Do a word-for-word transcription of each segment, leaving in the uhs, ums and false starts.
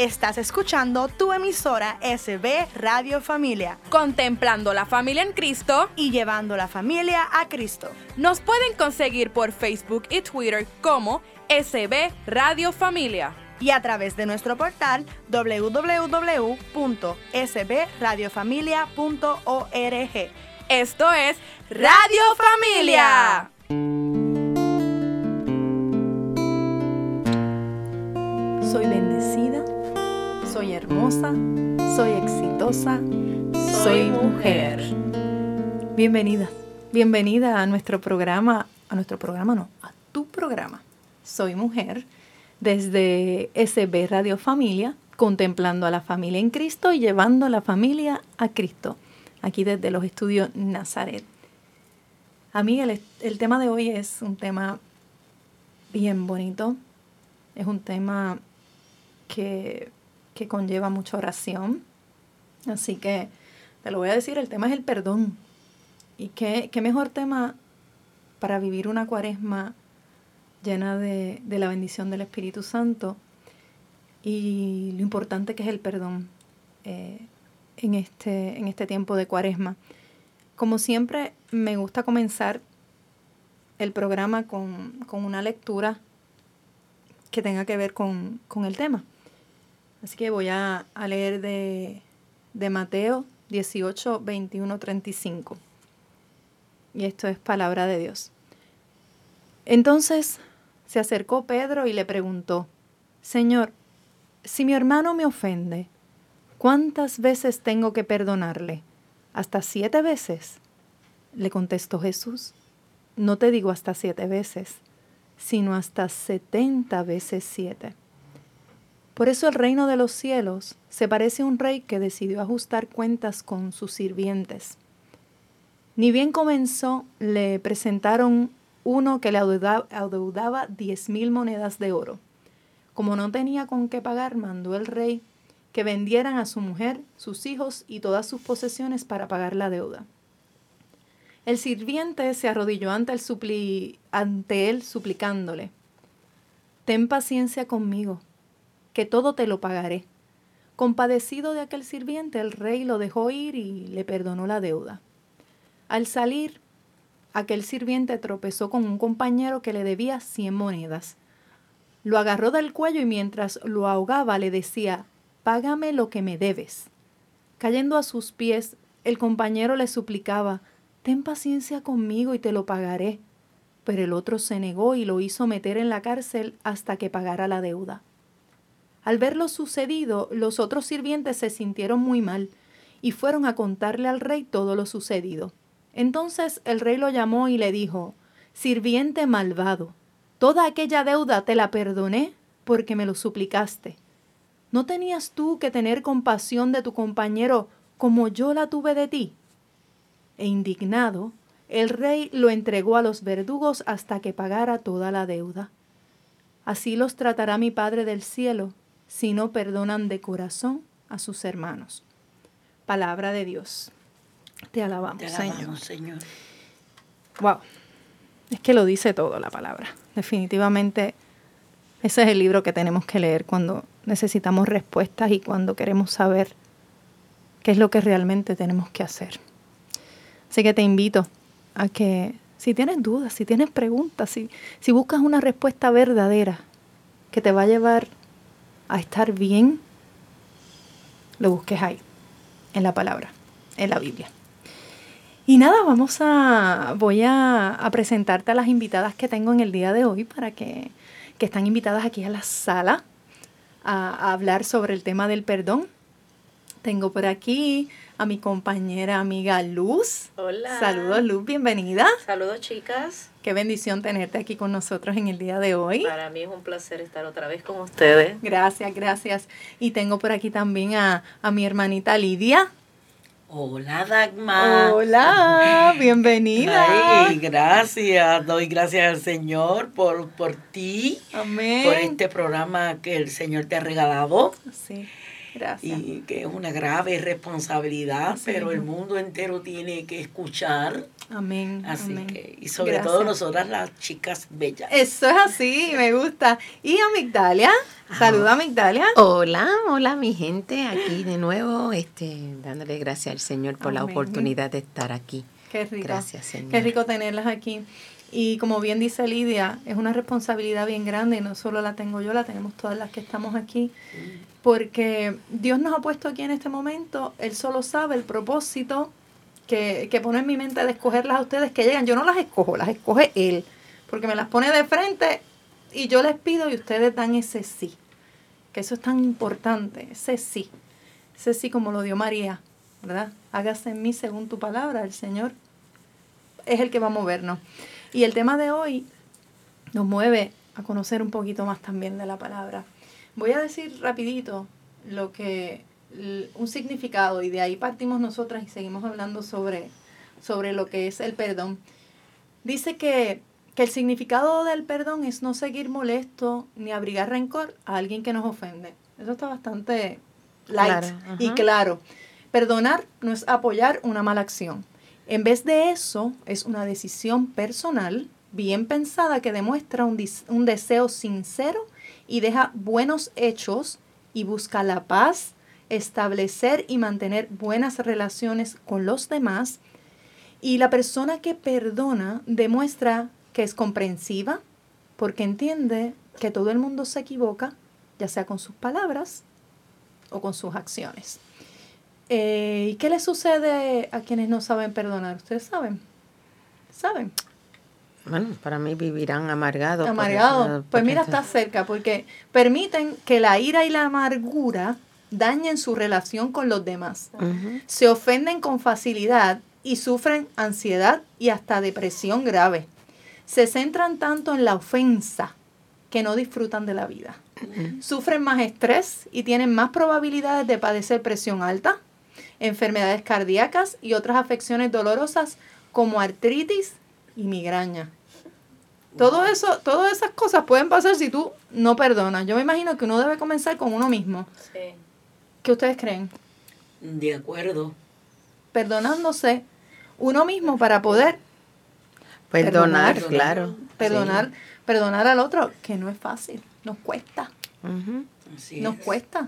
Estás escuchando tu emisora S B Radio Familia, contemplando la familia en Cristo y llevando la familia a Cristo. Nos pueden conseguir por Facebook y Twitter como S B Radio Familia y a través de nuestro portal doble u doble u doble u punto s b radio familia punto org. Esto es Radio Familia. Soy bendecida, soy hermosa, soy exitosa, soy mujer. Bienvenida, bienvenida a nuestro programa, a nuestro programa no, a tu programa. Soy Mujer, desde S B Radio Familia, contemplando a la familia en Cristo y llevando a la familia a Cristo, aquí desde los estudios Nazaret. Amiga, el, el tema de hoy es un tema bien bonito, es un tema que, que conlleva mucha oración, así que te lo voy a decir, el tema es el perdón. Y qué, qué mejor tema para vivir una cuaresma llena de, de la bendición del Espíritu Santo y lo importante que es el perdón eh, en, este, en este tiempo de cuaresma. Como siempre, me gusta comenzar el programa con, con una lectura que tenga que ver con, con el tema. Así que voy a, a leer de, de Mateo dieciocho, veintiuno, treinta y cinco. Y esto es palabra de Dios. Entonces se acercó Pedro y le preguntó: Señor, si mi hermano me ofende, ¿cuántas veces tengo que perdonarle? ¿Hasta siete veces? Le contestó Jesús: No te digo hasta siete veces, sino hasta setenta veces siete. Por eso el reino de los cielos se parece a un rey que decidió ajustar cuentas con sus sirvientes. Ni bien comenzó, le presentaron uno que le adeudaba, adeudaba diez mil monedas de oro. Como no tenía con qué pagar, mandó el rey que vendieran a su mujer, sus hijos y todas sus posesiones para pagar la deuda. El sirviente se arrodilló ante, el supli, ante él suplicándole: Ten paciencia conmigo, que todo te lo pagaré. Compadecido de aquel sirviente, el rey lo dejó ir y le perdonó la deuda. Al salir, aquel sirviente tropezó con un compañero que le debía cien monedas. Lo agarró del cuello y mientras lo ahogaba le decía: Págame lo que me debes. Cayendo a sus pies, el compañero le suplicaba: Ten paciencia conmigo y te lo pagaré. Pero el otro se negó y lo hizo meter en la cárcel hasta que pagara la deuda. Al ver lo sucedido, los otros sirvientes se sintieron muy mal y fueron a contarle al rey todo lo sucedido. Entonces el rey lo llamó y le dijo: Sirviente malvado, toda aquella deuda te la perdoné porque me lo suplicaste. ¿No tenías tú que tener compasión de tu compañero como yo la tuve de ti? E indignado, el rey lo entregó a los verdugos hasta que pagara toda la deuda. Así los tratará mi Padre del cielo si no perdonan de corazón a sus hermanos. Palabra de Dios. Te alabamos, Te alabamos, Señor. Señor. Wow. Es que lo dice todo la palabra. Definitivamente ese es el libro que tenemos que leer cuando necesitamos respuestas y cuando queremos saber qué es lo que realmente tenemos que hacer. Así que te invito a que si tienes dudas, si tienes preguntas, si, si buscas una respuesta verdadera que te va a llevar a estar bien, lo busques ahí, en la palabra, en la Biblia. Y nada, vamos a, voy a, a presentarte a las invitadas que tengo en el día de hoy para que, que están invitadas aquí a la sala a, a hablar sobre el tema del perdón. Tengo por aquí a mi compañera amiga Luz. Hola. Saludos, Luz, bienvenida. Saludos, chicas. Qué bendición tenerte aquí con nosotros en el día de hoy. Para mí es un placer estar otra vez con ustedes. Gracias, gracias. Y tengo por aquí también a, a mi hermanita Lidia. Hola, Dagmar. Hola, bienvenida. Ay, gracias. Doy gracias al Señor por, por ti. Amén. Por este programa que el Señor te ha regalado. Sí. Gracias. Y que es una grave responsabilidad, Así pero el mismo. mundo entero tiene que escuchar. Amén. Así amén. que, y sobre Gracias. todo nosotras las chicas bellas. Eso es así, me gusta. Y a Migdalia, saluda a Migdalia. Hola, hola mi gente, aquí de nuevo, este, dándole gracias al Señor por la Amén. oportunidad de estar aquí. Qué rico. Gracias, Señor. Qué rico tenerlas aquí. Y como bien dice Lidia, es una responsabilidad bien grande y no solo la tengo yo, la tenemos todas las que estamos aquí. Porque Dios nos ha puesto aquí en este momento, Él solo sabe el propósito que, que pone en mi mente de escogerlas a ustedes que llegan. Yo no las escojo, las escoge Él, porque me las pone de frente y yo les pido y ustedes dan ese sí. Que eso es tan importante, ese sí. Ese sí como lo dio María, ¿verdad? Hágase en mí según tu palabra, el Señor es el que va a movernos. Y el tema de hoy nos mueve a conocer un poquito más también de la palabra. Voy a decir rapidito lo que un significado y de ahí partimos nosotras y seguimos hablando sobre, sobre lo que es el perdón. Dice que, que el significado del perdón es no seguir molesto ni abrigar rencor a alguien que nos ofende. Eso está bastante light Claro, y ajá. claro. Perdonar no es apoyar una mala acción. En vez de eso, es una decisión personal, bien pensada, que demuestra un, dis- un deseo sincero y deja buenos hechos y busca la paz, establecer y mantener buenas relaciones con los demás. Y la persona que perdona demuestra que es comprensiva porque entiende que todo el mundo se equivoca, ya sea con sus palabras o con sus acciones. Eh, ¿Y qué le sucede a quienes no saben perdonar? ¿Ustedes saben? ¿Saben? Bueno, para mí vivirán amargados. por Amargado. eso, Pues porque mira, esto- está cerca, porque permiten que la ira y la amargura dañen su relación con los demás. Ujú. Se ofenden con facilidad y sufren ansiedad y hasta depresión grave. Se centran tanto en la ofensa que no disfrutan de la vida. Sufren más estrés y tienen más probabilidades de padecer presión alta, enfermedades cardíacas y otras afecciones dolorosas como artritis y migraña. Todo eso, todas esas cosas pueden pasar si tú no perdonas. Yo me imagino que uno debe comenzar con uno mismo. Sí. ¿Qué ustedes creen? De acuerdo. Perdonándose uno mismo para poder Perdonar, Perdonar. claro. perdonar, perdonar al otro, que no es fácil, nos cuesta, Ujú. Así nos es. cuesta.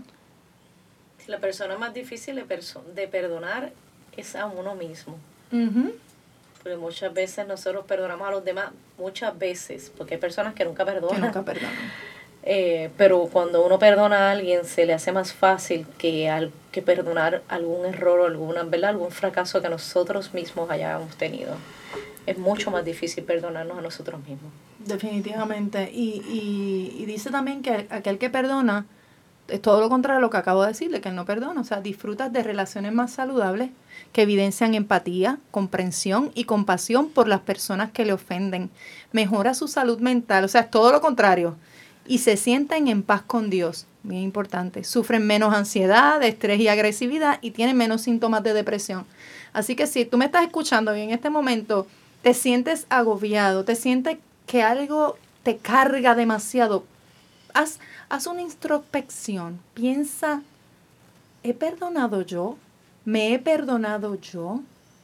La persona más difícil de, perso- de perdonar es a uno mismo. Ujú. Porque muchas veces nosotros perdonamos a los demás, muchas veces, porque hay personas que nunca Que perdonan. nunca perdonan. Eh, pero cuando uno perdona a alguien se le hace más fácil que, al, que perdonar algún error o alguna, ¿verdad? algún fracaso que nosotros mismos hayamos tenido. Es mucho más difícil perdonarnos a nosotros mismos. Definitivamente. Y, y, y dice también que aquel que perdona es todo lo contrario a lo que acabo de decirle, que él no perdona. O sea, disfrutas de relaciones más saludables que evidencian empatía, comprensión y compasión por las personas que le ofenden. Mejora su salud mental, o sea, es todo lo contrario. Y se sienten en paz con Dios, bien importante. Sufren menos ansiedad, estrés y agresividad y tienen menos síntomas de depresión. Así que si tú me estás escuchando y en este momento te sientes agobiado, te sientes que algo te carga demasiado, haz, haz una introspección. Piensa, ¿he perdonado yo? ¿Me he perdonado yo?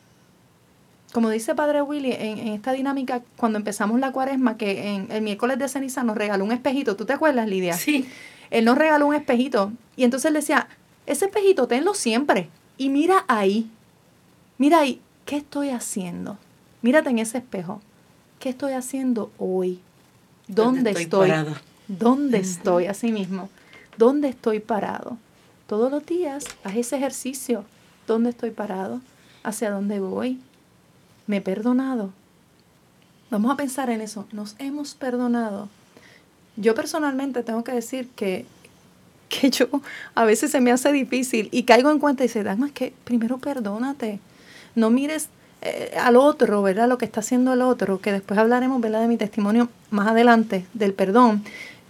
Como dice Padre Willy, en, en esta dinámica, cuando empezamos la cuaresma, que en el miércoles de ceniza nos regaló un espejito. ¿Tú te acuerdas, Lidia? Sí. Él nos regaló un espejito. Y entonces él decía, ese espejito tenlo siempre. Y mira ahí. Mira ahí, ¿qué estoy haciendo? Mírate en ese espejo. ¿Qué estoy haciendo hoy? ¿Dónde estoy estoy? parada? ¿Dónde estoy? Así mismo. ¿Dónde estoy parado? Todos los días haz ese ejercicio. ¿Dónde estoy parado? ¿Hacia dónde voy? ¿Me he perdonado? Vamos a pensar en eso. ¿Nos hemos perdonado? Yo personalmente tengo que decir que, que yo a veces se me hace difícil y caigo en cuenta y dice, Dagmar, es que primero perdónate. No mires eh, al otro, ¿verdad? Lo que está haciendo el otro, que después hablaremos, ¿verdad? De mi testimonio más adelante, del perdón.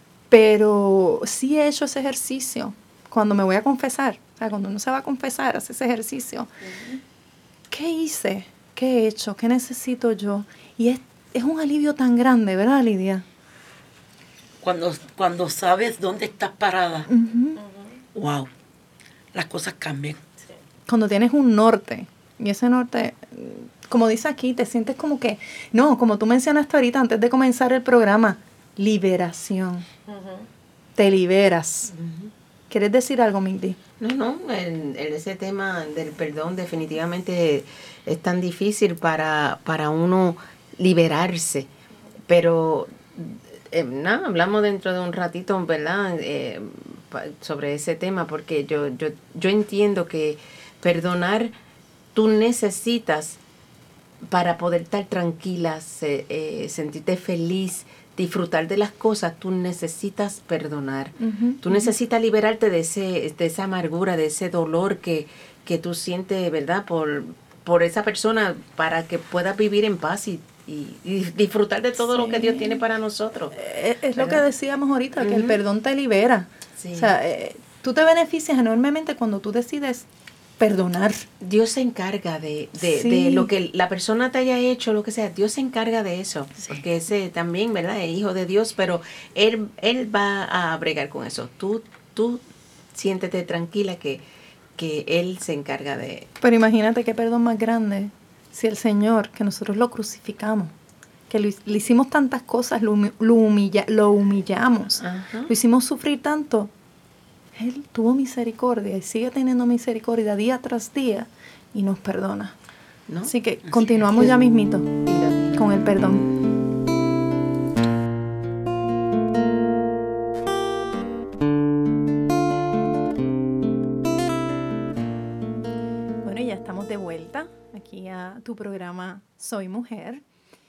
Pero sí he hecho ese ejercicio cuando me voy a confesar. O sea, cuando uno se va a confesar, hace ese ejercicio. Uh-huh. ¿Qué hice? ¿Qué he hecho? ¿Qué necesito yo? Y es, es un alivio tan grande, ¿verdad, Lidia? Cuando, cuando sabes dónde estás parada. Uh-huh. Wow. las cosas cambian. Cuando tienes un norte, y ese norte, como dice aquí, te sientes como que, no, como tú mencionaste ahorita antes de comenzar el programa, liberación. Uh-huh. Te liberas. Uh-huh. ¿Quieres decir algo, Mindy? No, no, en, en ese tema del perdón definitivamente es tan difícil para, para uno liberarse, pero eh, nada, hablamos dentro de un ratito, ¿verdad? Eh, sobre ese tema, porque yo, yo, yo entiendo que perdonar tú necesitas para poder estar tranquila, se, eh, sentirte feliz, disfrutar de las cosas, tú necesitas perdonar. Uh-huh, tú uh-huh. necesitas liberarte de ese de esa amargura, de ese dolor que, que tú sientes, ¿verdad? Por, por esa persona, para que puedas vivir en paz y, y, y disfrutar de todo sí. lo que Dios tiene para nosotros. Es, es lo que decíamos ahorita, uh-huh. que el perdón te libera. Sí. O sea, eh, tú te beneficias enormemente cuando tú decides perdonar. Dios se encarga de, de, sí. de lo que la persona te haya hecho, lo que sea. Dios se encarga de eso. Sí. Porque ese también, ¿verdad? Es hijo de Dios, pero Él, él va a bregar con eso. Tú, tú siéntete tranquila que, que Él se encarga de... Pero imagínate qué perdón más grande si el Señor, que nosotros lo crucificamos, que lo, le hicimos tantas cosas, lo, lo, humilla, lo humillamos, Ajá. lo hicimos sufrir tanto. Él tuvo misericordia y sigue teniendo misericordia día tras día y nos perdona. ¿No? Así que Así continuamos es. ya mismito con el perdón. Bueno, ya estamos de vuelta aquí a tu programa Soy Mujer.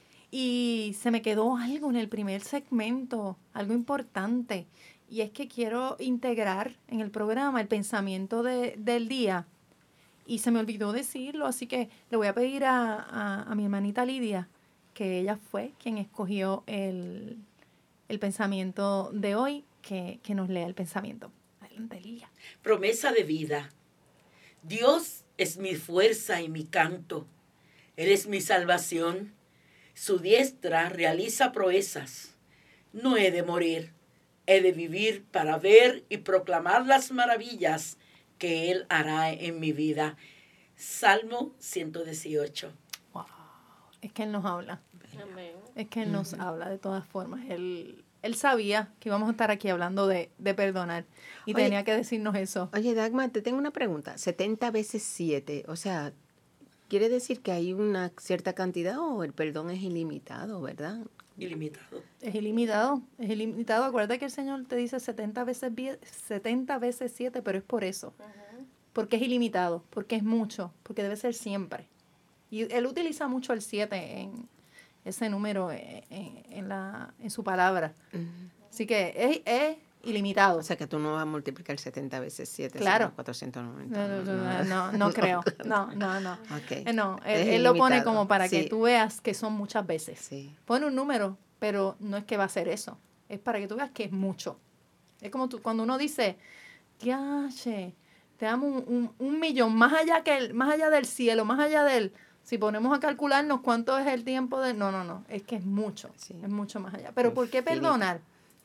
Y se me quedó algo en el primer segmento, algo importante. Y es que quiero integrar en el programa el pensamiento de, del día. Y se me olvidó decirlo, así que le voy a pedir a, a, a mi hermanita Lidia, que ella fue quien escogió el, el pensamiento de hoy, que, que nos lea el pensamiento. Adelante, Lidia. Promesa de vida. Dios es mi fuerza y mi canto. Él es mi salvación. Su diestra realiza proezas. No he de morir. He de vivir para ver y proclamar las maravillas que Él hará en mi vida. Salmo ciento dieciocho. Wow. Es que Él nos habla. Amén. Es que Él uh-huh. nos habla de todas formas. Él, él sabía que íbamos a estar aquí hablando de, de perdonar y oye, tenía que decirnos eso. Oye, Dagmar, te tengo una pregunta. setenta veces siete, o sea, ¿quiere decir que hay una cierta cantidad o el perdón es ilimitado, verdad? Ilimitado. Es ilimitado, es ilimitado. Acuérdate que el Señor te dice setenta veces siete, pero es por eso. Uh-huh. Porque es ilimitado, porque es mucho, porque debe ser siempre. Y Él utiliza mucho el siete en ese número en, en, la, en su palabra. Uh-huh. Así que es, es ilimitado. O sea que tú no vas a multiplicar setenta veces siete, claro. cuatrocientos noventa. No, no, no, no, no creo. No, no, no. Okay. No, él, él lo pone como para sí. que tú veas que son muchas veces. Sí. Pone un número, pero no es que va a ser eso. Es para que tú veas que es mucho. Es como tú, cuando uno dice, Tiache, te amo un, un, un millón, más allá que el, más allá del cielo, más allá del... Si ponemos a calcularnos cuánto es el tiempo de... No, no, no. Es que es mucho. Sí. Es mucho más allá. Pero ¿por qué perdonar?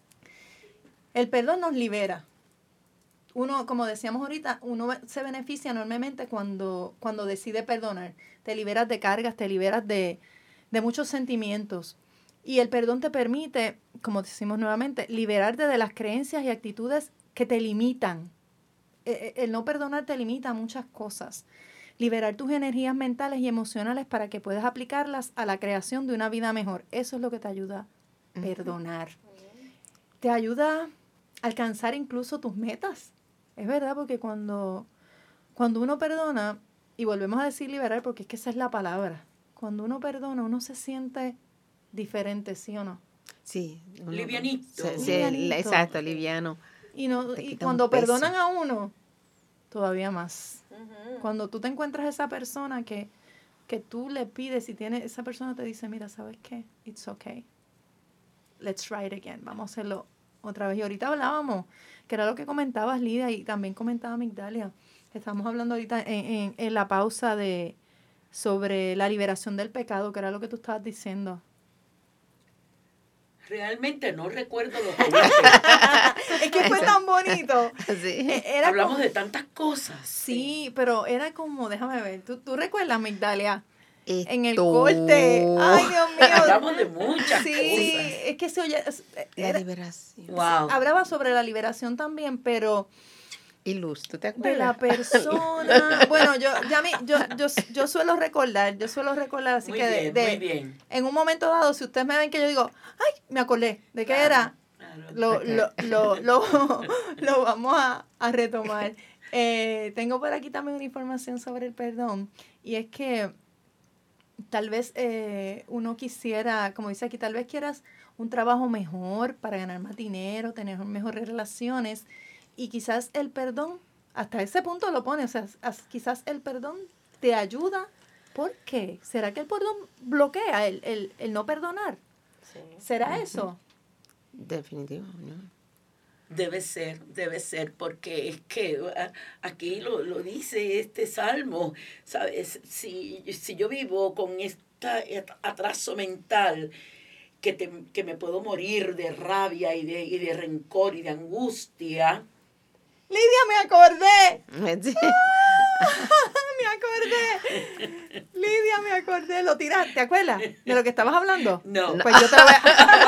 El perdón nos libera. Uno, como decíamos ahorita, uno se beneficia enormemente cuando, cuando decide perdonar. Te liberas de cargas, te liberas de, de muchos sentimientos. Y el perdón te permite, como decimos nuevamente, liberarte de las creencias y actitudes que te limitan. El, el no perdonar te limita a muchas cosas. Liberar tus energías mentales y emocionales para que puedas aplicarlas a la creación de una vida mejor. Eso es lo que te ayuda a perdonar. Uh-huh. Te ayuda a alcanzar incluso tus metas. Es verdad, porque cuando, cuando uno perdona, y volvemos a decir liberar, porque es que esa es la palabra. Cuando uno perdona, uno se siente diferente, ¿sí o no? Sí. Uno, livianito. Se, se, livianito. Exacto, liviano. Y, no, y cuando perdonan a uno, todavía más. Uh-huh. Cuando tú te encuentras esa persona que, que tú le pides y tiene, esa persona te dice, mira, ¿sabes qué? It's okay. Let's try it again. Vamos a hacerlo otra vez. Y ahorita hablábamos, que era lo que comentabas, Lidia, y también comentaba Migdalia. Estamos hablando ahorita en, en, en la pausa de sobre la liberación del pecado, que era lo que tú estabas diciendo. Realmente no recuerdo lo que dije. Es que fue tan bonito. Sí. Eh, Era Hablamos como- de tantas cosas. Sí, pero era como, déjame ver, ¿tú, tú recuerdas, Migdalia? En el Esto- corte. Ay, Dios mío. Hablamos de muchas Sí, cosas. es que se oye. es- La era- liberación. Wow. hablaba sobre la liberación también, pero Y Luz, ¿tú te de la acuerdas? persona. Bueno, yo ya mi, yo, yo, yo suelo recordar, yo suelo recordar, así Muy que de, bien, de- muy bien. en un momento dado, si ustedes me ven que yo digo, ay, me acordé, ¿de qué Claro, era? claro. Lo, Ok. lo, lo, lo, lo vamos a, a retomar. Eh, tengo por aquí también una información sobre el perdón, y es que tal vez eh, uno quisiera, como dice aquí, tal vez quieras un trabajo mejor para ganar más dinero, tener mejores relaciones, y quizás el perdón, hasta ese punto lo pone, o sea, as- quizás el perdón te ayuda. ¿Por qué? ¿Será que el perdón bloquea el, el, el no perdonar? Sí. ¿Será eso? Definitivo, ¿no? Debe ser, debe ser, porque es que ah, aquí lo, lo dice este salmo, ¿sabes? Si, si yo vivo con este atraso mental, que, te, que me puedo morir de rabia y de, y de rencor y de angustia, Lidia, me acordé. Sí. Me acordé. Lidia, me acordé. Lo tiraste, ¿te acuerdas? ¿De lo que estabas hablando? no. Pues yo te lo voy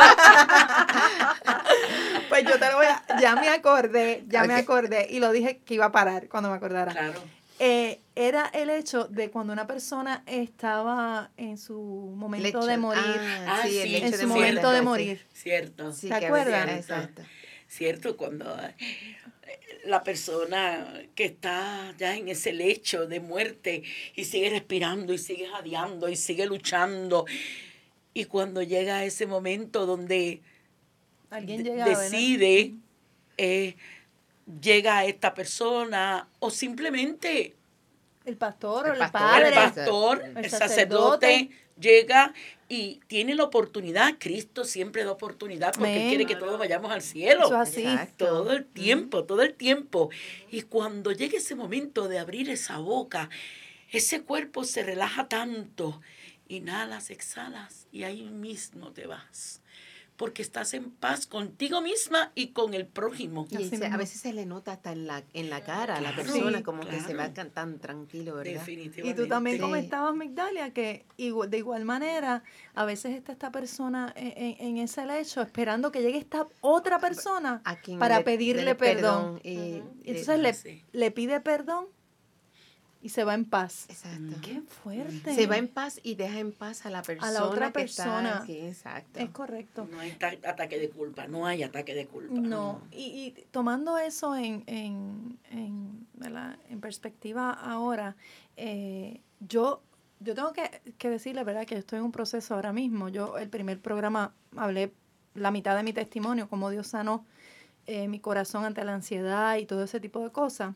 a... Pues yo te lo voy a... Ya me acordé, ya me Ok. acordé. Y lo dije que iba a parar cuando me acordara. Claro, Eh, era el hecho de cuando una persona estaba en su momento Lecho. de morir. Ah, Ah, sí, el sí, lecho en de su muerte, momento de sí. morir. cierto. Sí, ¿Te que a veces- acuerdas? Exacto. Cierto, cuando eh, la persona que está ya en ese lecho de muerte y sigue respirando y sigue jadeando y sigue luchando, y cuando llega ese momento donde Alguien de- llega, ¿verdad? decide, eh, llega esta persona o simplemente El pastor o El el, pastor, padre. el pastor, el el sacerdote. sacerdote, llega y tiene la oportunidad. Cristo siempre da oportunidad porque Amén. Él quiere que todos vayamos al cielo. Eso es así. Exacto. Todo el tiempo, todo el tiempo. Y cuando llegue ese momento de abrir esa boca, ese cuerpo se relaja tanto. Inhalas, exhalas y ahí mismo te vas. Porque estás en paz contigo misma y con el prójimo. Y Así se- a mismo. veces se le nota hasta en la, en la cara a la Claro, persona, sí, como que se va claro. can- tan tranquilo, ¿verdad? Definitivamente. Y tú también Sí. comentabas, Migdalia, que igual- de igual manera, a veces está esta persona en, en- en ese lecho esperando que llegue esta otra persona A quien para le- pedirle dele perdón. y, Ujú. Y entonces le, Sí. le pide perdón y se va en paz. Exacto. ¡Qué fuerte! Se va en paz y deja en paz a la persona otra que persona. está aquí. Exacto. Es correcto. No hay ta- ataque de culpa, no hay ataque de culpa. No, y, y tomando eso en, en, en, ¿verdad? en perspectiva ahora, eh, yo, yo tengo que, que decirle, ¿verdad?, que estoy en un proceso ahora mismo. Yo el primer programa hablé la mitad de mi testimonio, cómo Dios sanó eh, mi corazón ante la ansiedad y todo ese tipo de cosas.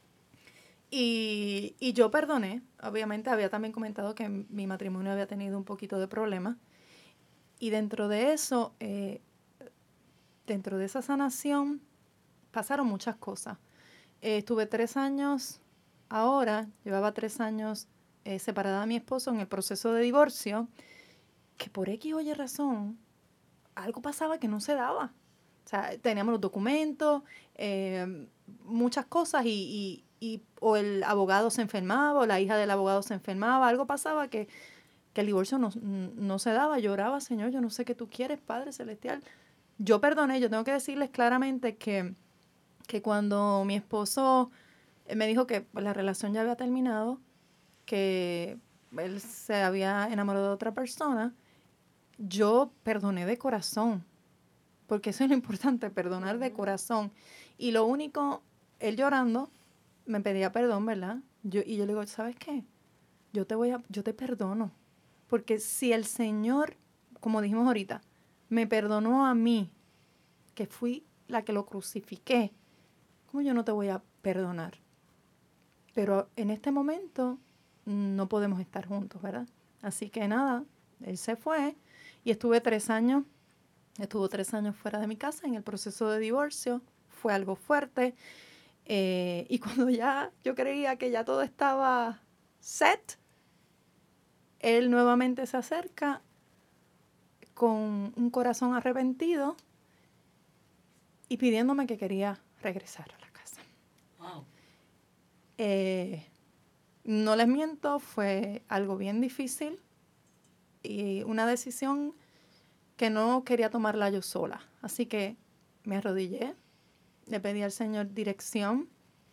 Y, y yo perdoné, obviamente había también comentado que mi matrimonio había tenido un poquito de problemas. Y dentro de eso, eh, dentro de esa sanación, pasaron muchas cosas. Eh, estuve tres años, ahora, llevaba tres años eh, separada de mi esposo en el proceso de divorcio, que por X o Y razón, algo pasaba que no se daba. O sea, teníamos los documentos, eh, muchas cosas, y, y, y o el abogado se enfermaba, o la hija del abogado se enfermaba, algo pasaba que, que el divorcio no, no se daba. Lloraba, Señor, yo no sé qué tú quieres, Padre Celestial. Yo perdoné, yo tengo que decirles claramente que, que cuando mi esposo me dijo que pues, la relación ya había terminado, que él se había enamorado de otra persona, yo perdoné de corazón, porque eso es lo importante, perdonar de corazón. Y lo único, él llorando, me pedía perdón, ¿verdad? Yo, y yo le digo, ¿sabes qué? Yo te voy a, yo te perdono, porque si el Señor, como dijimos ahorita, me perdonó a mí, que fui la que lo crucifiqué, ¿cómo yo no te voy a perdonar? Pero en este momento no podemos estar juntos, ¿verdad? Así que nada, él se fue y estuve tres años, estuvo tres años fuera de mi casa en el proceso de divorcio. Fue algo fuerte. Eh, y cuando ya yo creía que ya todo estaba set, él nuevamente se acerca con un corazón arrepentido y pidiéndome que quería regresar a la casa. Wow. Eh, no les miento, fue algo bien difícil y una decisión que no quería tomarla yo sola. Así que me arrodillé, le pedí al Señor dirección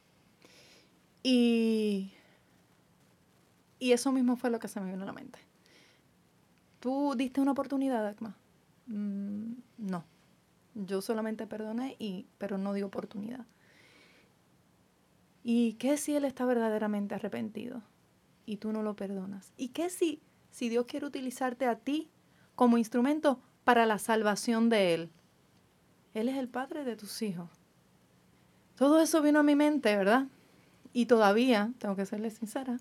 y, y eso mismo fue lo que se me vino a la mente. ¿Tú diste una oportunidad, Dagmar? Mm, no. Yo solamente perdoné, y, pero no di oportunidad. ¿Y qué si él está verdaderamente arrepentido y tú no lo perdonas? ¿Y qué si, si Dios quiere utilizarte a ti como instrumento para la salvación de él? Él es el padre de tus hijos. Todo eso vino a mi mente, ¿verdad? Y todavía, tengo que serle sincera,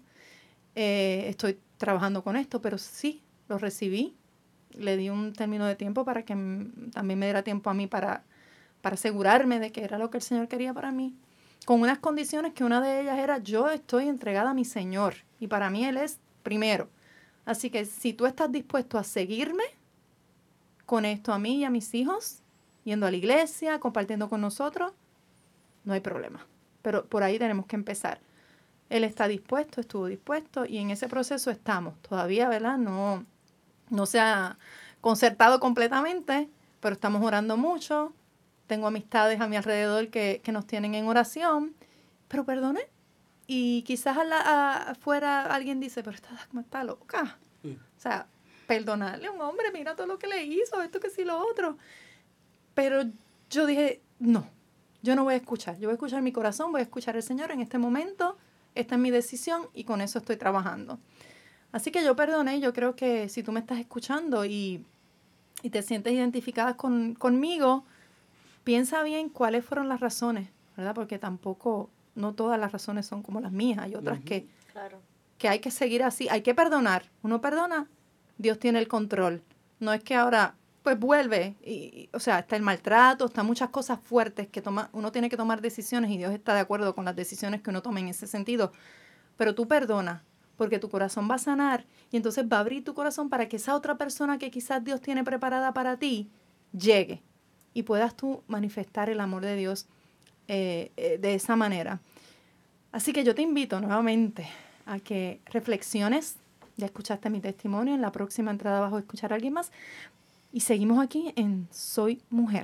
eh, estoy trabajando con esto, pero sí, lo recibí. Le di un término de tiempo para que m- también me diera tiempo a mí para, para asegurarme de que era lo que el Señor quería para mí. Con unas condiciones que una de ellas era, yo estoy entregada a mi Señor. Y para mí Él es primero. Así que si tú estás dispuesto a seguirme con esto a mí y a mis hijos, yendo a la iglesia, compartiendo con nosotros, no hay problema. Pero por ahí tenemos que empezar. Él está dispuesto, estuvo dispuesto y en ese proceso estamos. Todavía, ¿verdad? No... No se ha concertado completamente, pero estamos orando mucho. Tengo amistades a mi alrededor que, que nos tienen en oración, pero perdone. Y quizás a la, a, afuera alguien dice, pero esta Dagmar está loca. Mm. O sea, perdonarle a un hombre, mira todo lo que le hizo, esto que sí, lo otro. Pero yo dije, no, yo no voy a escuchar. Yo voy a escuchar mi corazón, voy a escuchar al Señor en este momento. Esta es mi decisión y con eso estoy trabajando. Así que yo perdoné. Yo creo que si tú me estás escuchando y, y te sientes identificada con, conmigo, piensa bien cuáles fueron las razones, ¿verdad? Porque tampoco, no todas las razones son como las mías. Hay otras uh-huh. que, claro. que hay que seguir así. Hay que perdonar. Uno perdona, Dios tiene el control. No es que ahora, pues vuelve. Y, y, o sea, está el maltrato, están muchas cosas fuertes que toma, uno tiene que tomar decisiones y Dios está de acuerdo con las decisiones que uno tome en ese sentido. Pero tú perdonas, porque tu corazón va a sanar y entonces va a abrir tu corazón para que esa otra persona que quizás Dios tiene preparada para ti llegue y puedas tú manifestar el amor de Dios eh, eh, de esa manera. Así que yo te invito nuevamente a que reflexiones. Ya escuchaste mi testimonio, en la próxima entrada vas a escuchar a alguien más y seguimos aquí en Soy Mujer.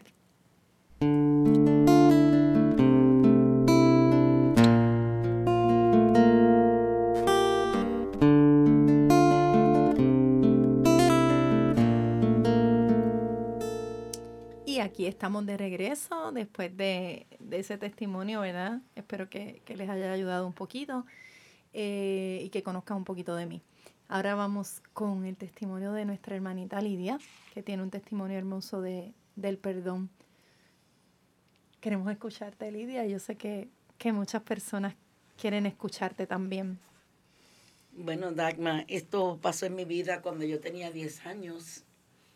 Y aquí estamos de regreso después de, de ese testimonio, ¿verdad? Espero que, que les haya ayudado un poquito eh, y que conozcan un poquito de mí. Ahora vamos con el testimonio de nuestra hermanita Lidia, que tiene un testimonio hermoso de, del perdón. Queremos escucharte, Lidia. Yo sé que, que muchas personas quieren escucharte también. Bueno, Dagmar, esto pasó en mi vida cuando yo tenía diez años.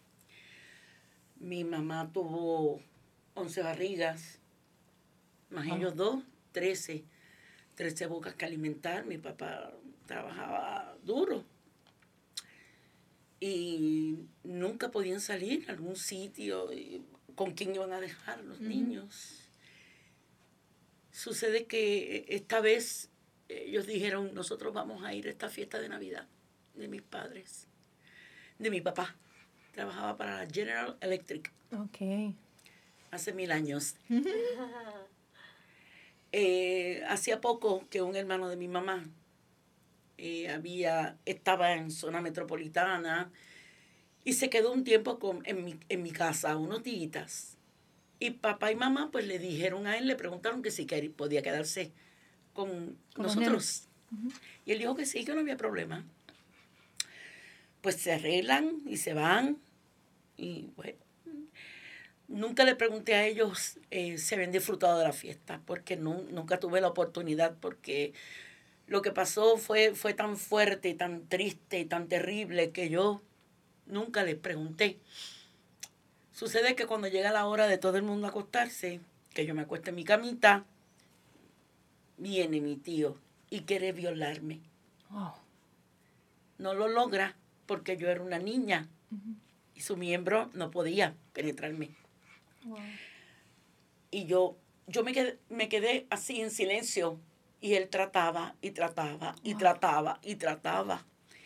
Mi mamá tuvo once barrigas, más oh. ellos dos, trece. trece bocas que alimentar. Mi papá trabajaba duro. Y nunca podían salir a algún sitio. Y ¿con quién iban a dejar los uh-huh. niños? Sucede que esta vez ellos dijeron, nosotros vamos a ir a esta fiesta de Navidad de mis padres, de mi papá. Trabajaba para General Electric. Ok. Hace mil años. eh, hacía poco que un hermano de mi mamá eh, había, estaba en zona metropolitana y se quedó un tiempo con, en, mi, en mi casa, unos días. Y papá y mamá pues le dijeron a él, le preguntaron que si quería, podía quedarse con, con nosotros. Uh-huh. Y él dijo que sí, que no había problema. Pues se arreglan y se van. Y bueno, nunca le pregunté a ellos eh, si habían disfrutado de la fiesta, porque no, nunca tuve la oportunidad, porque lo que pasó fue, fue tan fuerte y tan triste y tan terrible que yo nunca les pregunté. Sucede que cuando llega la hora de todo el mundo acostarse, que yo me acuesto en mi camita, viene mi tío y quiere violarme. Oh. No lo logra porque yo era una niña. Uh-huh. y su miembro no podía penetrarme. Wow. Y yo, yo me, quedé, me quedé así en silencio y él trataba y trataba y Wow. trataba y trataba.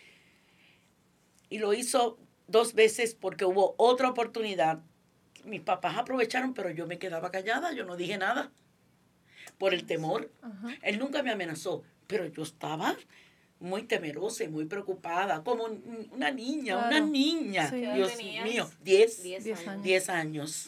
Y lo hizo dos veces porque hubo otra oportunidad. Mis papás aprovecharon, pero yo me quedaba callada, yo no dije nada por el temor. Ajá. Él nunca me amenazó, pero yo estaba muy temerosa y muy preocupada, como una niña, Claro. una niña. Sí. ¿Qué edad Dios tenías? mío, diez, Diez Diez años. años. diez años.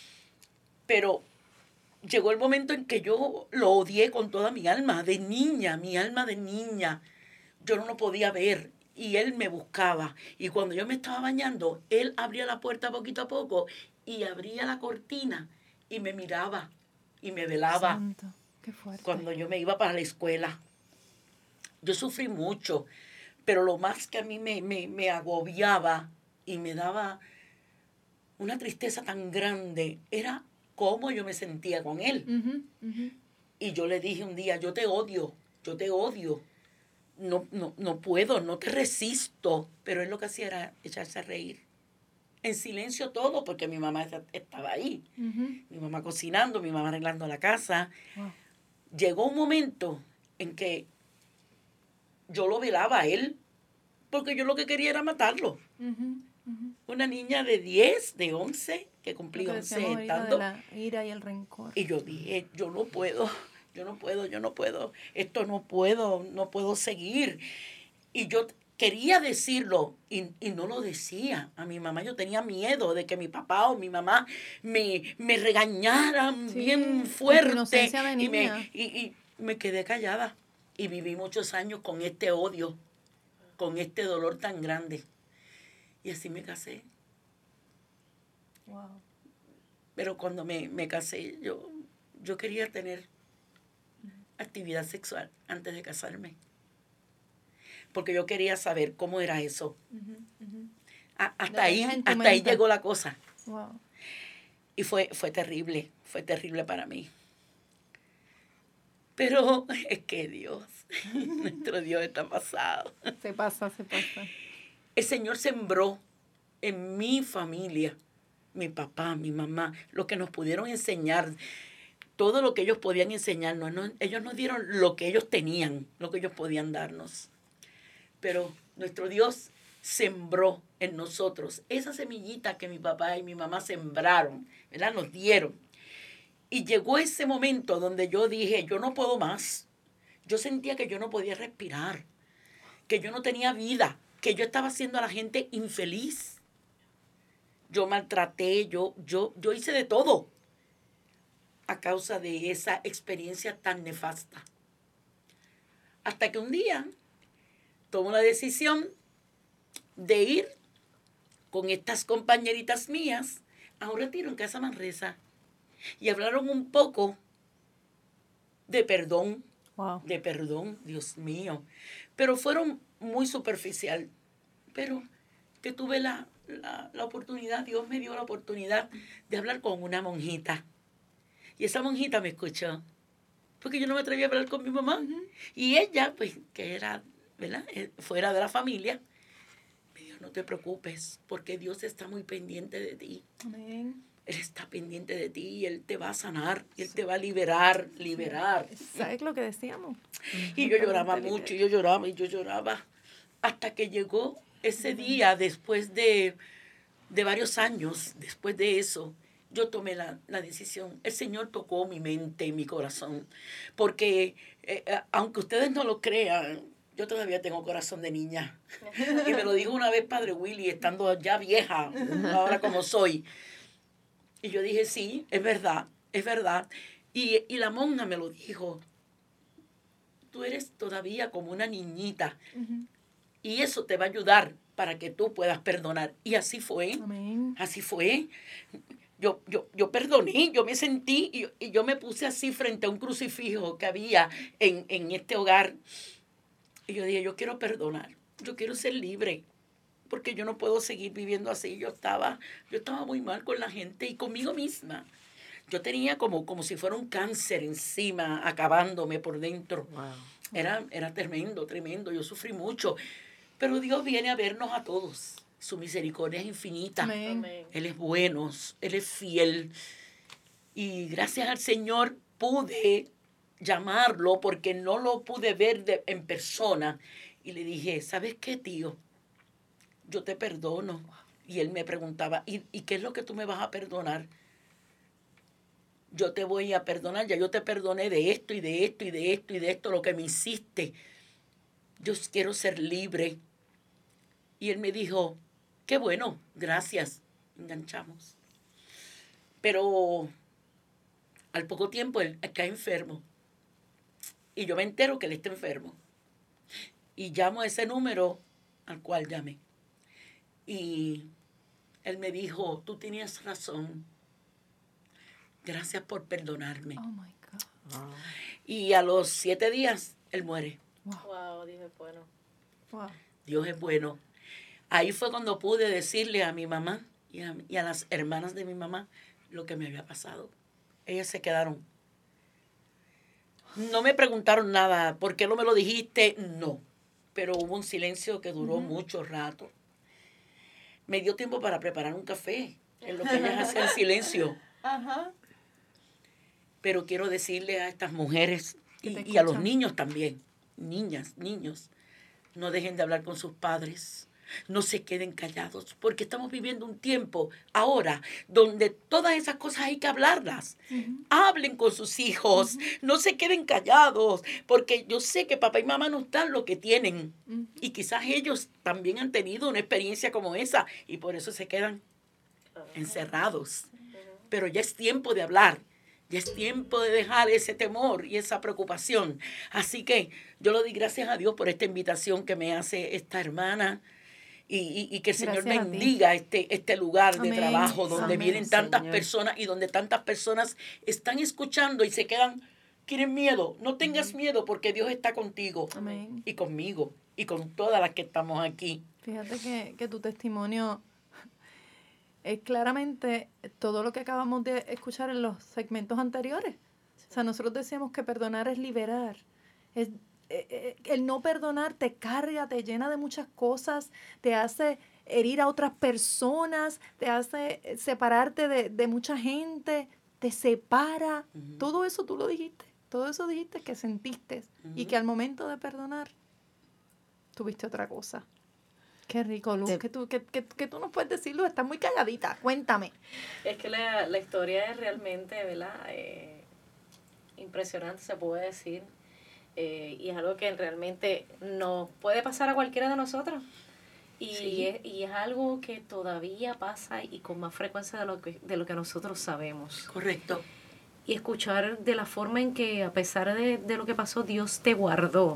Pero llegó el momento en que yo lo odié con toda mi alma, de niña, mi alma de niña. Yo no lo podía ver y él me buscaba. Y cuando yo me estaba bañando, él abría la puerta poquito a poco y abría la cortina y me miraba y me velaba Santo, qué fuerte. cuando yo me iba para la escuela. Yo sufrí mucho, pero lo más que a mí me, me, me agobiaba y me daba una tristeza tan grande era cómo yo me sentía con él. Ujú, ujú. Y yo le dije un día, yo te odio, yo te odio. No, no, no puedo, no te resisto. Pero él lo que hacía era echarse a reír. En silencio todo, porque mi mamá estaba ahí. Ujú. Mi mamá cocinando, mi mamá arreglando la casa. Wow. Llegó un momento en que yo lo velaba a él, porque yo lo que quería era matarlo. Ujú, ujú. Una niña de diez, de once, que Lo cumplí que once decíamos ahorita de estando. la ira y el rencor. Y yo dije, yo no puedo, yo no puedo, yo no puedo, esto no puedo, no puedo seguir. Y yo quería decirlo y, y no lo decía a mi mamá. Yo tenía miedo de que mi papá o mi mamá me, me regañaran Sí, bien en tu fuerte. inocencia de Y me, niña. y, y me quedé callada. Y viví muchos años con este odio, con este dolor tan grande. Y así me casé. Wow. Pero cuando me, me casé, yo, yo quería tener actividad sexual antes de casarme. Porque yo quería saber cómo era eso. Ujú, ujú. A- hasta Lo ahí, tenías en tu hasta ahí mente. llegó la cosa. Wow. Y fue, fue terrible, fue terrible para mí. Pero es que Dios, nuestro Dios está pasado. Se pasa, se pasa. El Señor sembró en mi familia, mi papá, mi mamá, lo que nos pudieron enseñar, todo lo que ellos podían enseñarnos. No, ellos nos dieron lo que ellos tenían, lo que ellos podían darnos. Pero nuestro Dios sembró en nosotros esa semillita que mi papá y mi mamá sembraron, ¿verdad? Nos dieron. Y llegó ese momento donde yo dije, yo no puedo más. Yo sentía que yo no podía respirar, que yo no tenía vida, que yo estaba haciendo a la gente infeliz. Yo maltraté, yo, yo, yo hice de todo a causa de esa experiencia tan nefasta. Hasta que un día tomo la decisión de ir con estas compañeritas mías a un retiro en Casa Manresa. Y hablaron un poco de perdón, Wow. de perdón, Dios mío. Pero fueron muy superficial. Pero que tuve la, la, la oportunidad, Dios me dio la oportunidad de hablar con una monjita. Y esa monjita me escuchó. Porque yo no me atrevía a hablar con mi mamá. Y ella, pues, que era, ¿verdad?, fuera de la familia, me dijo, no te preocupes, porque Dios está muy pendiente de ti. Amén. Él está pendiente de ti y Él te va a sanar, y Él te va a liberar, liberar. ¿Sabes lo que decíamos? Y yo lloraba Pendiente, mucho, y yo lloraba, y yo lloraba, hasta que llegó ese día, después de, de varios años, después de eso, yo tomé la, la decisión. El Señor tocó mi mente y mi corazón, porque eh, aunque ustedes no lo crean, yo todavía tengo corazón de niña. Y me lo dijo una vez Padre Willy, estando ya vieja, ahora como soy. Y yo dije, sí, es verdad, es verdad. Y, y la monja me lo dijo, tú eres todavía como una niñita. Ujú. Y eso te va a ayudar para que tú puedas perdonar. Y así fue, Amén. así fue. Yo, yo, yo perdoné, yo me sentí y, y yo me puse así frente a un crucifijo que había en, en este hogar. Y yo dije, yo quiero perdonar, yo quiero ser libre, porque yo no puedo seguir viviendo así. Yo estaba, yo estaba muy mal con la gente y conmigo misma. Yo tenía como, como si fuera un cáncer encima, acabándome por dentro. Wow. Era, era tremendo, tremendo. Yo sufrí mucho. Pero Dios viene a vernos a todos. Su misericordia es infinita. Amén. Amén. Él es bueno, Él es fiel. Y gracias al Señor pude llamarlo porque no lo pude ver de, en persona. Y le dije, ¿sabes qué, tío? Yo te perdono. Y él me preguntaba, ¿y, ¿y qué es lo que tú me vas a perdonar? Yo te voy a perdonar, ya yo te perdoné de esto y de esto y de esto y de esto, lo que me hiciste. Yo quiero ser libre. Y él me dijo, qué bueno, gracias. Enganchamos. Pero al poco tiempo él cae enfermo. Y yo me entero que él está enfermo. Y llamo a ese número al cual llamé. Y él me dijo, tú tenías razón. Gracias por perdonarme. Oh my God. Y a los siete días, él muere. Wow, dije, bueno. Wow. Dios es bueno. Ahí fue cuando pude decirle a mi mamá y a, y a las hermanas de mi mamá lo que me había pasado. Ellas se quedaron. No me preguntaron nada, ¿por qué no me lo dijiste? No. Pero hubo un silencio que duró uh-huh. mucho rato. Me dio tiempo para preparar un café, en lo que ellas hacían silencio. Ajá. Pero quiero decirle a estas mujeres y, y a los niños también, niñas, niños, no dejen de hablar con sus padres. No se queden callados, porque estamos viviendo un tiempo ahora donde todas esas cosas hay que hablarlas. Uh-huh. Hablen con sus hijos, uh-huh. no se queden callados, porque yo sé que papá y mamá no están lo que tienen. Uh-huh. Y quizás ellos también han tenido una experiencia como esa y por eso se quedan encerrados. Uh-huh. Pero ya es tiempo de hablar. Ya es tiempo de dejar ese temor y esa preocupación. Así que yo le doy gracias a Dios por esta invitación que me hace esta hermana. Y, y, y que el Señor Gracias bendiga este, este lugar Amén. De trabajo donde Amén, vienen tantas Señor. personas y donde tantas personas están escuchando y se quedan, tienen miedo. No tengas Amén. Miedo porque Dios está contigo Amén. Y conmigo y con todas las que estamos aquí. Fíjate que, que tu testimonio es claramente todo lo que acabamos de escuchar en los segmentos anteriores. Sí. O sea, nosotros decíamos que perdonar es liberar, es el no perdonar te carga, te llena de muchas cosas, te hace herir a otras personas, te hace separarte de, de mucha gente, te separa. Uh-huh. Todo eso tú lo dijiste, todo eso dijiste que sentiste uh-huh. y que al momento de perdonar tuviste otra cosa. Qué rico, Luz, te... que, tú, que, que, que tú nos puedes decir, Luz, estás muy calladita, cuéntame. Es que la, la historia es realmente, ¿verdad? Eh, impresionante, se puede decir. Eh, y es algo que realmente nos puede pasar a cualquiera de nosotros y, sí. es, y es algo que todavía pasa y con más frecuencia de lo que, de lo que nosotros sabemos. Correcto. Y escuchar de la forma en que a pesar de, de lo que pasó, Dios te guardó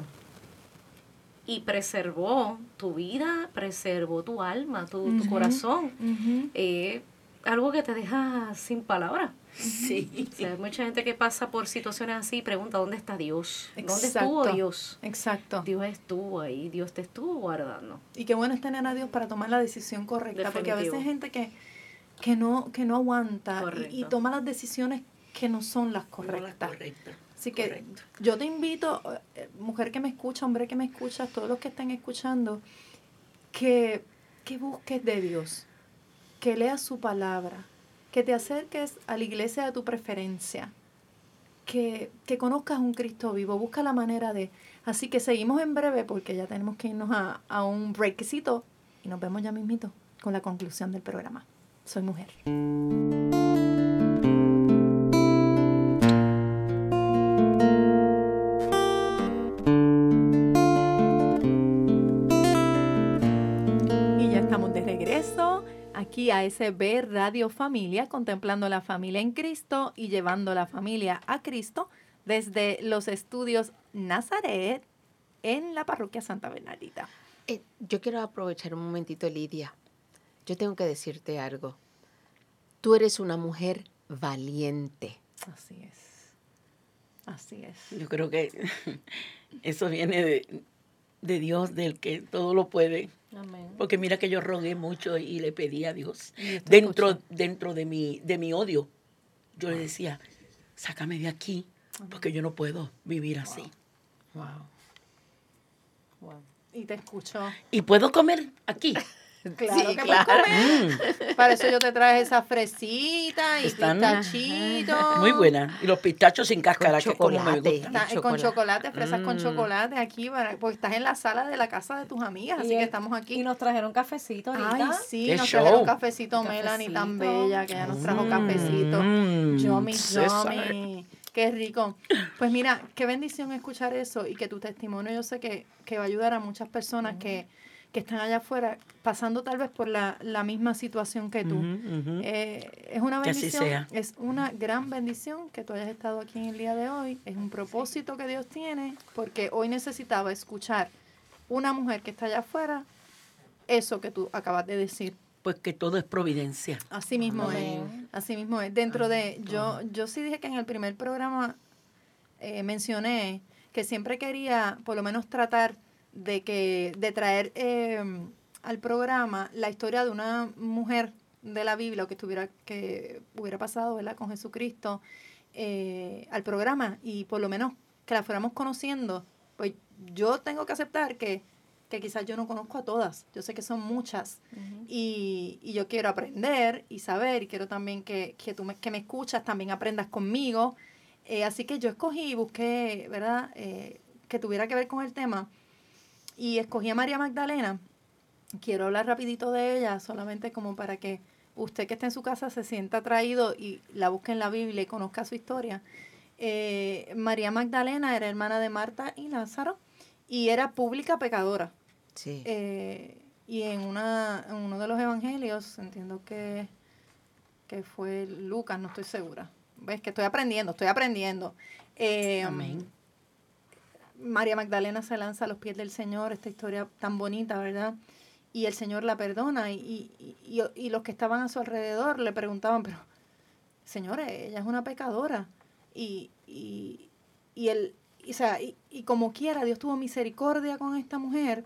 y preservó tu vida, preservó tu alma, tu, uh-huh. tu corazón. Uh-huh. Eh, algo que te deja sin palabras. Sí. O sea, hay mucha gente que pasa por situaciones así y pregunta, ¿dónde está Dios? Exacto. ¿Dónde estuvo Dios? Exacto. Dios estuvo ahí, Dios te estuvo guardando. Y qué bueno es tener a Dios para tomar la decisión correcta, Definitivo. Porque a veces hay gente que, que, no, que no aguanta y, y toma las decisiones que no son las correctas. No las correctas. Así que Correcto. Yo te invito, mujer que me escucha, hombre que me escucha, todos los que estén escuchando, que, que busques de Dios, que leas su palabra, que te acerques a la iglesia de tu preferencia, que, que conozcas un Cristo vivo, busca la manera de... Así que seguimos en breve porque ya tenemos que irnos a, a un breakcito y nos vemos ya mismito con la conclusión del programa. Soy mujer. Y ya estamos de regreso aquí a S B Radio Familia, contemplando la familia en Cristo y llevando la familia a Cristo desde los estudios Nazaret en la parroquia Santa Bernardita. Eh, yo quiero aprovechar un momentito, Lidia. Yo tengo que decirte algo. Tú eres una mujer valiente. Así es. Así es. Yo creo que eso viene de, de Dios, del que todo lo puede. Amén. Porque mira que yo rogué mucho y le pedí a Dios. Dentro, dentro de mi, de mi odio, yo le decía, sácame de aquí, porque yo no puedo vivir así. Wow. Wow. Y te escucho. Y puedo comer aquí. Claro Sí, que claro. puedes comer. Para eso yo te traje esa fresita y Están pistachito. Muy buena. Y los pistachos sin cáscara, que es como me chocolate. gustan. Está- eh, con chocolate, fresas con Mm. chocolate aquí, para, porque estás en la sala de la casa de tus amigas, así Y que el- estamos aquí. Y nos trajeron cafecito ahorita. Ay, sí, ¡Qué nos show! trajeron cafecito, Cafecito. Melanie, tan bella, que ella nos trajo Mm, cafecito. mm, Yummy, César. yummy. Qué rico. Pues mira, qué bendición escuchar eso y que tu testimonio yo sé que, que va a ayudar a muchas personas que, que están allá afuera pasando tal vez por la, la misma situación que tú. Ujú, ujú. Eh, es una Que así bendición, sea. es una gran bendición que tú hayas estado aquí en el día de hoy. Es un propósito que Dios tiene, porque hoy necesitaba escuchar una mujer que está allá afuera, eso que tú acabas de decir. Pues que todo es providencia. Así mismo es. Así mismo es. Dentro de, yo, yo sí dije que en el primer programa eh, mencioné que siempre quería, por lo menos tratar de que, de traer eh, al programa la historia de una mujer de la Biblia o que estuviera, que hubiera pasado, ¿verdad?, con Jesucristo eh, al programa y por lo menos que la fuéramos conociendo. Pues yo tengo que aceptar que que quizás yo no conozco a todas, yo sé que son muchas, uh-huh. y, y yo quiero aprender y saber, y quiero también que, que tú me, que me escuchas, también aprendas conmigo, eh, así que yo escogí y busqué, ¿verdad?, eh, que tuviera que ver con el tema, y escogí a María Magdalena. Quiero hablar rapidito de ella, solamente como para que usted que esté en su casa se sienta atraído y la busque en la Biblia y conozca su historia. Eh, María Magdalena era hermana de Marta y Lázaro, y era pública pecadora. Sí. Eh, y en, una, en uno de los evangelios, entiendo que, que fue Lucas, no estoy segura. Ves que estoy aprendiendo, estoy aprendiendo. Eh, Amén. María Magdalena se lanza a los pies del Señor, esta historia tan bonita, ¿verdad? Y el Señor la perdona, y, y, y, y los que estaban a su alrededor le preguntaban, pero, señores, ella es una pecadora. Y, y, y él... O sea, y, y como quiera, Dios tuvo misericordia con esta mujer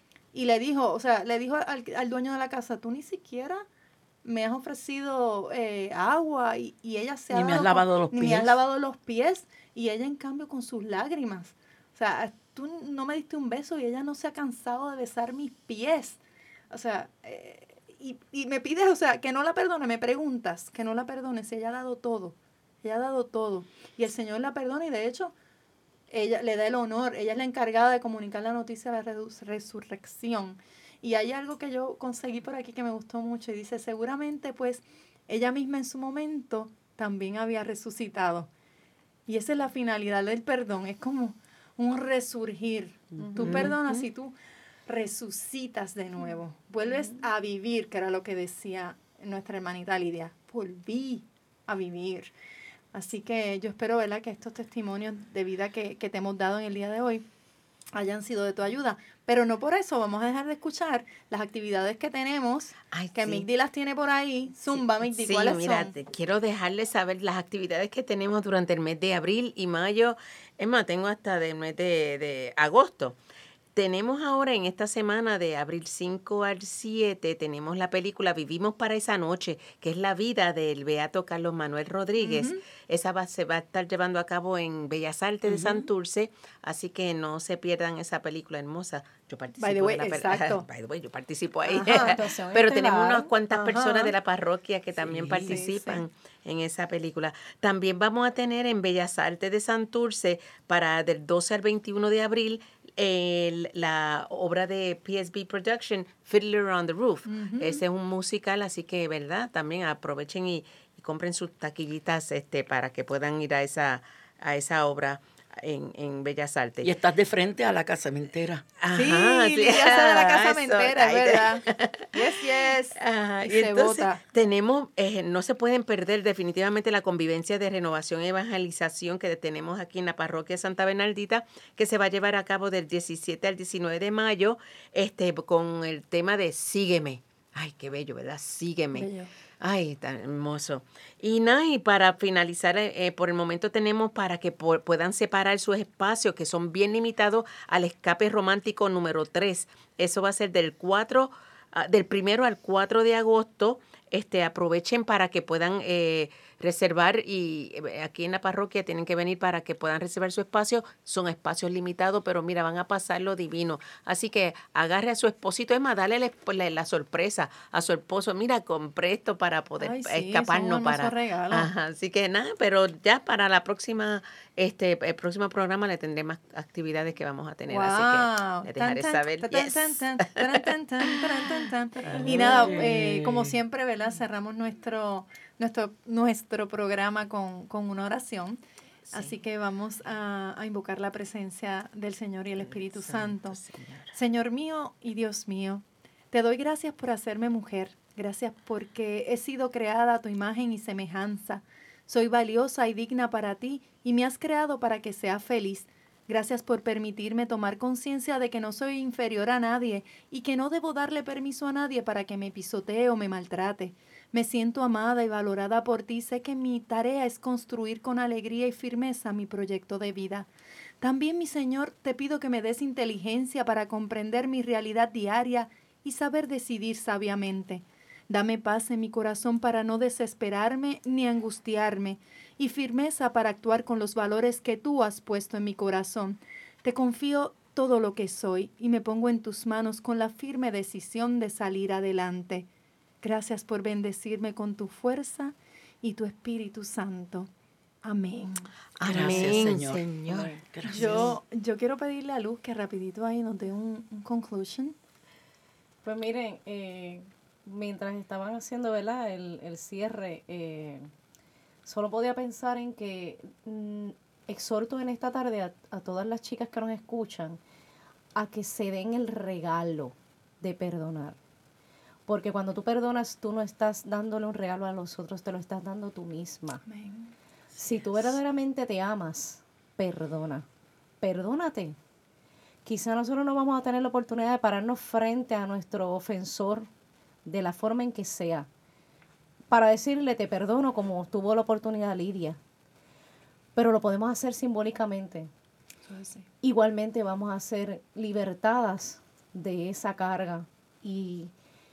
y le dijo, o sea, le dijo al, al dueño de la casa, tú ni siquiera me has ofrecido eh, agua y, y ella se ni ha me has con, lavado los ni pies. me has lavado los pies y ella en cambio con sus lágrimas, o sea, tú no me diste un beso y ella no se ha cansado de besar mis pies, o sea, eh, y, y me pides, o sea, que no la perdone, me preguntas, que no la perdone, si ella ha dado todo, ella ha dado todo y el Señor la perdona y de hecho ella le da el honor, ella es la encargada de comunicar la noticia de la redu- resurrección. Y hay algo que yo conseguí por aquí que me gustó mucho y dice, seguramente pues ella misma en su momento también había resucitado. Y esa es la finalidad del perdón, es como un resurgir. Uh-huh. Tú perdonas y tú resucitas de nuevo, vuelves uh-huh. a vivir, que era lo que decía nuestra hermanita Lidia, volví a vivir. Así que yo espero, ¿verdad?, que estos testimonios de vida que, que te hemos dado en el día de hoy hayan sido de tu ayuda. Pero no por eso vamos a dejar de escuchar las actividades que tenemos, Ay, que sí. Migdi las tiene por ahí. Zumba, Migdi, sí, ¿cuáles mira, son? Te quiero dejarles saber las actividades que tenemos durante el mes de abril y mayo. Es más, tengo hasta del mes de, de agosto. Tenemos ahora en esta semana de abril cinco al siete, tenemos la película Vivimos para esa noche, que es la vida del beato Carlos Manuel Rodríguez. Uh-huh. Esa va, se va a estar llevando a cabo en Bellas Artes uh-huh. de Santurce, así que no se pierdan esa película hermosa. Yo participo By the way, en la exacto. By the way, yo participo ahí. Ajá, pero tenemos unas cuantas Ajá. personas de la parroquia que también sí, participan sí, sí. en esa película. También vamos a tener en Bellas Artes de Santurce para del doce al veintiuno de abril El, la obra de P S B Production, Fiddler on the Roof. Uh-huh. Ese es un musical, así que, ¿verdad? También aprovechen y, y compren sus taquillitas este, para que puedan ir a esa, a esa obra en, en Bellas Artes. Y estás de frente a la casamentera. Ajá, sí, sí. Ya sabe la casamentera, es verdad. Yes, yes. Ajá. Y, y se entonces vota. Tenemos, eh, no se pueden perder definitivamente la convivencia de renovación y evangelización que tenemos aquí en la parroquia Santa Bernardita, que se va a llevar a cabo del diecisiete al diecinueve de mayo, este, con el tema de Sígueme. Ay, qué bello, ¿verdad? Sígueme. Bello. Ay, tan hermoso. Y nada, y para finalizar, eh, por el momento tenemos para que por, puedan separar sus espacios, que son bien limitados, al escape romántico número tres. Eso va a ser del cuatro, uh, del primero al cuatro de agosto. Este, aprovechen para que puedan eh, reservar y eh, aquí en la parroquia tienen que venir para que puedan reservar su espacio. Son espacios limitados, pero mira, van a pasar lo divino. Así que agarre a su esposito, es más, dale la, la, la sorpresa a su esposo. Mira, compré esto para poder Ay, sí, escaparnos para... regalo. Ajá, así que nada, pero ya para la próxima, este, el próximo programa le tendré más actividades que vamos a tener. Wow. Así que le dejaré Tan, tan, saber. tan, Yes. tan, tan, tan, tan, tan, tan, tan. Y nada, eh, como siempre, ¿verdad? Cerramos nuestro, nuestro, nuestro programa con, con una oración. Sí. Así que vamos a, a invocar la presencia del Señor y el Espíritu Santo. Santo. Señor mío y Dios mío, te doy gracias por hacerme mujer. Gracias porque he sido creada a tu imagen y semejanza. Soy valiosa y digna para ti y me has creado para que sea feliz. Gracias por permitirme tomar conciencia de que no soy inferior a nadie y que no debo darle permiso a nadie para que me pisotee o me maltrate. Me siento amada y valorada por ti. Sé que mi tarea es construir con alegría y firmeza mi proyecto de vida. También, mi Señor, te pido que me des inteligencia para comprender mi realidad diaria y saber decidir sabiamente. Dame paz en mi corazón para no desesperarme ni angustiarme, y firmeza para actuar con los valores que tú has puesto en mi corazón. Te confío todo lo que soy y me pongo en tus manos con la firme decisión de salir adelante. Gracias por bendecirme con tu fuerza y tu Espíritu Santo. Amén. Gracias, Amén, Señor. Señor. Gracias. Yo, yo quiero pedirle a Luz que rapidito ahí nos dé un, un conclusion. Pues miren, eh, mientras estaban haciendo, ¿verdad?, el, el cierre, eh, solo podía pensar en que mm, exhorto en esta tarde a, a todas las chicas que nos escuchan a que se den el regalo de perdonar. Porque cuando tú perdonas, tú no estás dándole un regalo a los otros, te lo estás dando tú misma. Amén. Si tú verdaderamente te amas, perdona. Perdónate. Quizá nosotros no vamos a tener la oportunidad de pararnos frente a nuestro ofensor de la forma en que sea, para decirle te perdono como tuvo la oportunidad Lidia. Pero lo podemos hacer simbólicamente. Sí. Igualmente vamos a ser libertadas de esa carga. Y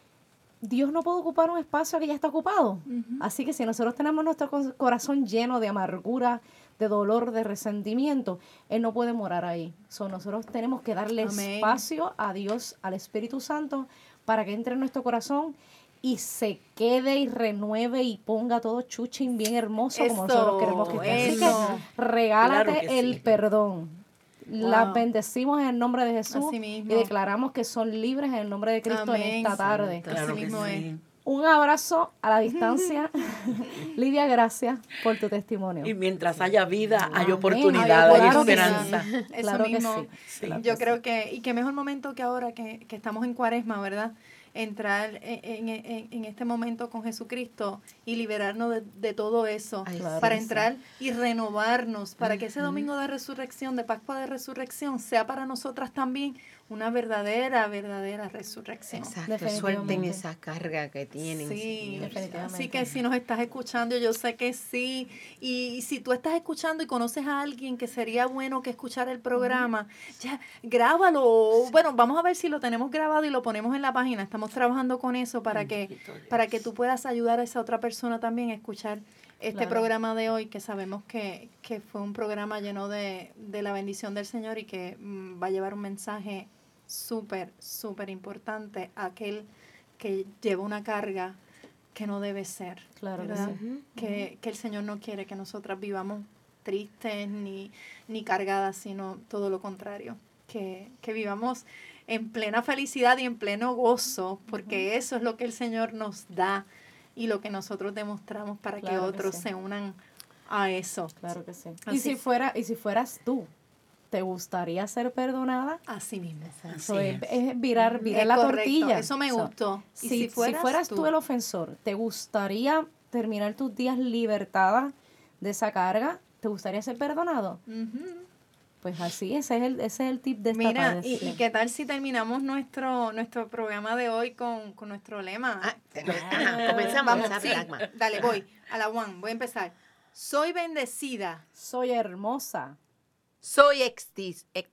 Dios no puede ocupar un espacio que ya está ocupado. Uh-huh. Así que si nosotros tenemos nuestro corazón lleno de amargura, de dolor, de resentimiento, Él no puede morar ahí. So, nosotros tenemos que darle Amén. Espacio a Dios, al Espíritu Santo, para que entre en nuestro corazón y se quede y renueve y ponga todo chuchín bien hermoso eso, como nosotros queremos que esté. Así que regálate claro que el sí. perdón. Wow. Las bendecimos en el nombre de Jesús y declaramos que son libres en el nombre de Cristo Amén. En esta tarde. Sí, claro Así mismo es. Un abrazo a la distancia. Lidia, gracias por tu testimonio. Y mientras haya vida, hay oportunidad, hay, claro esperanza. Sí. Eso claro mismo. Que sí. Sí. Claro Yo que creo sí. que, y qué mejor momento que ahora que, que estamos en Cuaresma, ¿verdad? Entrar en, en, en este momento con Jesucristo y liberarnos de, de todo eso, Ay, claro, para entrar sí. y renovarnos, para que ese domingo de resurrección, de Pascua de Resurrección, sea para nosotras también una verdadera, verdadera resurrección. Exacto, suelten esa carga que tienen. Sí, así que si nos estás escuchando, yo sé que sí, y si tú estás escuchando y conoces a alguien que sería bueno que escuchara el programa, uh-huh. ya, grábalo, bueno, vamos a ver si lo tenemos grabado y lo ponemos en la página, estamos trabajando con eso para que, para que tú puedas ayudar a esa otra persona también a escuchar este claro. programa de hoy, que sabemos que, que fue un programa lleno de, de la bendición del Señor y que mm, va a llevar un mensaje súper, súper importante a aquel que lleva una carga que no debe ser. Claro ¿verdad? Que, sí. que, que el Señor no quiere que nosotras vivamos tristes ni, ni cargadas, sino todo lo contrario. Que, que vivamos en plena felicidad y en pleno gozo, porque uh-huh. eso es lo que el Señor nos da y lo que nosotros demostramos para claro que otros que sí. se unan a eso. Claro que sí. Y si fuera, y si fueras tú, ¿te gustaría ser perdonada? Así mismo. Así so, es. Es virar, virar es la correcto. Tortilla. Eso me gustó. So, y si, si, fueras, si fueras tú? tú el ofensor, ¿te gustaría terminar tus días libertada de esa carga? ¿Te gustaría ser perdonado? Uh-huh. Pues así, ese es el, ese es el tip de esta Mira, tarde. y, y qué tal si terminamos nuestro nuestro programa de hoy con, con nuestro lema. Ah, ah, comenzamos. Vamos, sí, dale, voy a la one, voy a empezar. Soy bendecida. Soy hermosa. Soy extis, ex,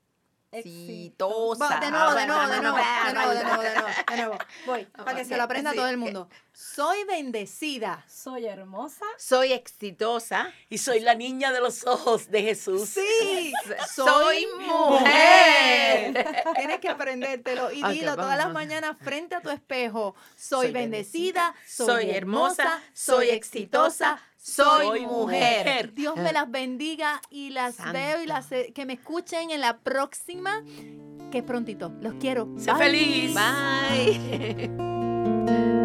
exitosa. Va, de nuevo, de nuevo, de nuevo, de nuevo, de nuevo, de nuevo, de nuevo. Voy, para que se lo aprenda Sí. todo el mundo. Soy bendecida. Soy hermosa. Soy exitosa. Y soy la niña de los ojos de Jesús. Sí, Soy mujer. Tienes que aprendértelo y Ok, dilo vamos, todas las vamos. mañanas frente a tu espejo. Soy, Soy bendecida, soy, soy hermosa, hermosa, soy soy exitosa, exitosa, soy soy mujer. mujer. Dios me las bendiga y las Santo. veo y las que me escuchen en la próxima, que prontito. Los quiero. Sé Bye. feliz. Bye.